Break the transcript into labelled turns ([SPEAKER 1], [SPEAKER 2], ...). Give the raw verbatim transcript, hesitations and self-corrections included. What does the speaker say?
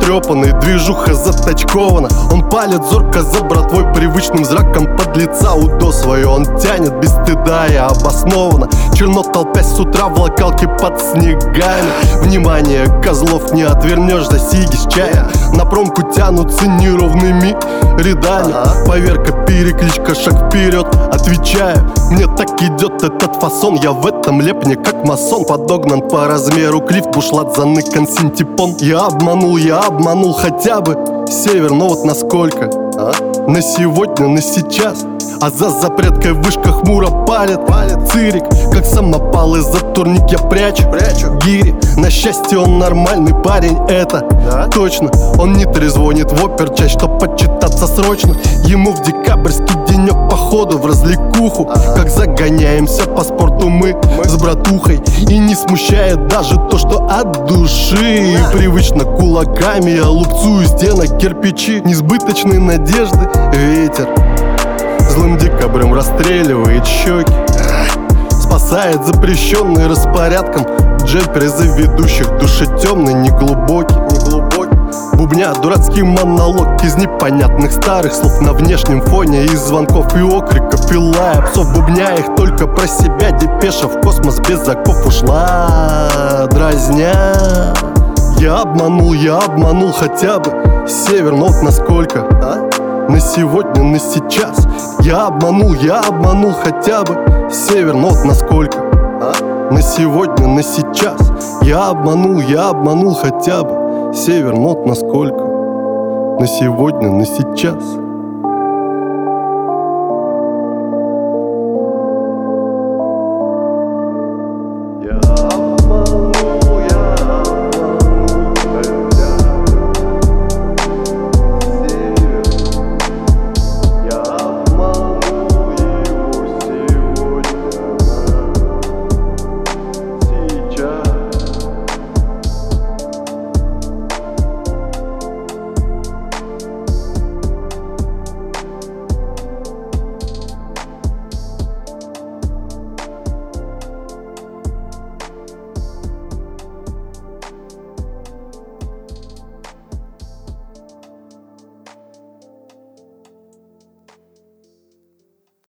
[SPEAKER 1] потрепанный, движуха заточкована. Он палит зорко за братвой, привычным зраком подлеца УДО свое он тянет без стыда и обоснованно. Черно толпясь с утра в локалке под снегами. Внимание, козлов не отвернешь за сиги с чая. На промку тянутся неровными рядами. Поверка, перекличка, шаг вперед. Отвечаю, мне так идет этот фасон. Я в этом лепне как масон. Подогнан по размеру клифт, бушлат заныкан синтепон. Я обманул, я обманул хотя бы север, но вот насколько? А? На сегодня, на сейчас. А за запреткой вышка хмуро палит, палит цирик, как самопал из-за турник я прячу, прячу гири. На счастье он нормальный парень, это да? Точно. Он не трезвонит в оперчасть, чтоб почитаться срочно. Ему в декабрьский денек походу в развлекуху. Ага. Как загоняемся по спорту мы, мы с братухой. И не смущает даже то, что от души да. Привычно кулаками я лупцую стенок кирпичи. Несбыточные надежды ветер злым декабрем расстреливает щеки. Спасает запрещенный распорядком джемпер из-за ведущих. Душа темный, неглубокий, неглубокий. Бубня дурацкий монолог из непонятных старых слов. На внешнем фоне из звонков и окриков и лая псов. Бубня их только про себя, депеша в космос без оков ушла, дразня. Я обманул, я обманул хотя бы север, но вот насколько, а? На сегодня, на сейчас. Я обманул, я обманул хотя бы север, но вот насколько, а? На сегодня, на сейчас. Я обманул, я обманул хотя бы север, но вот насколько. На сегодня, на сейчас.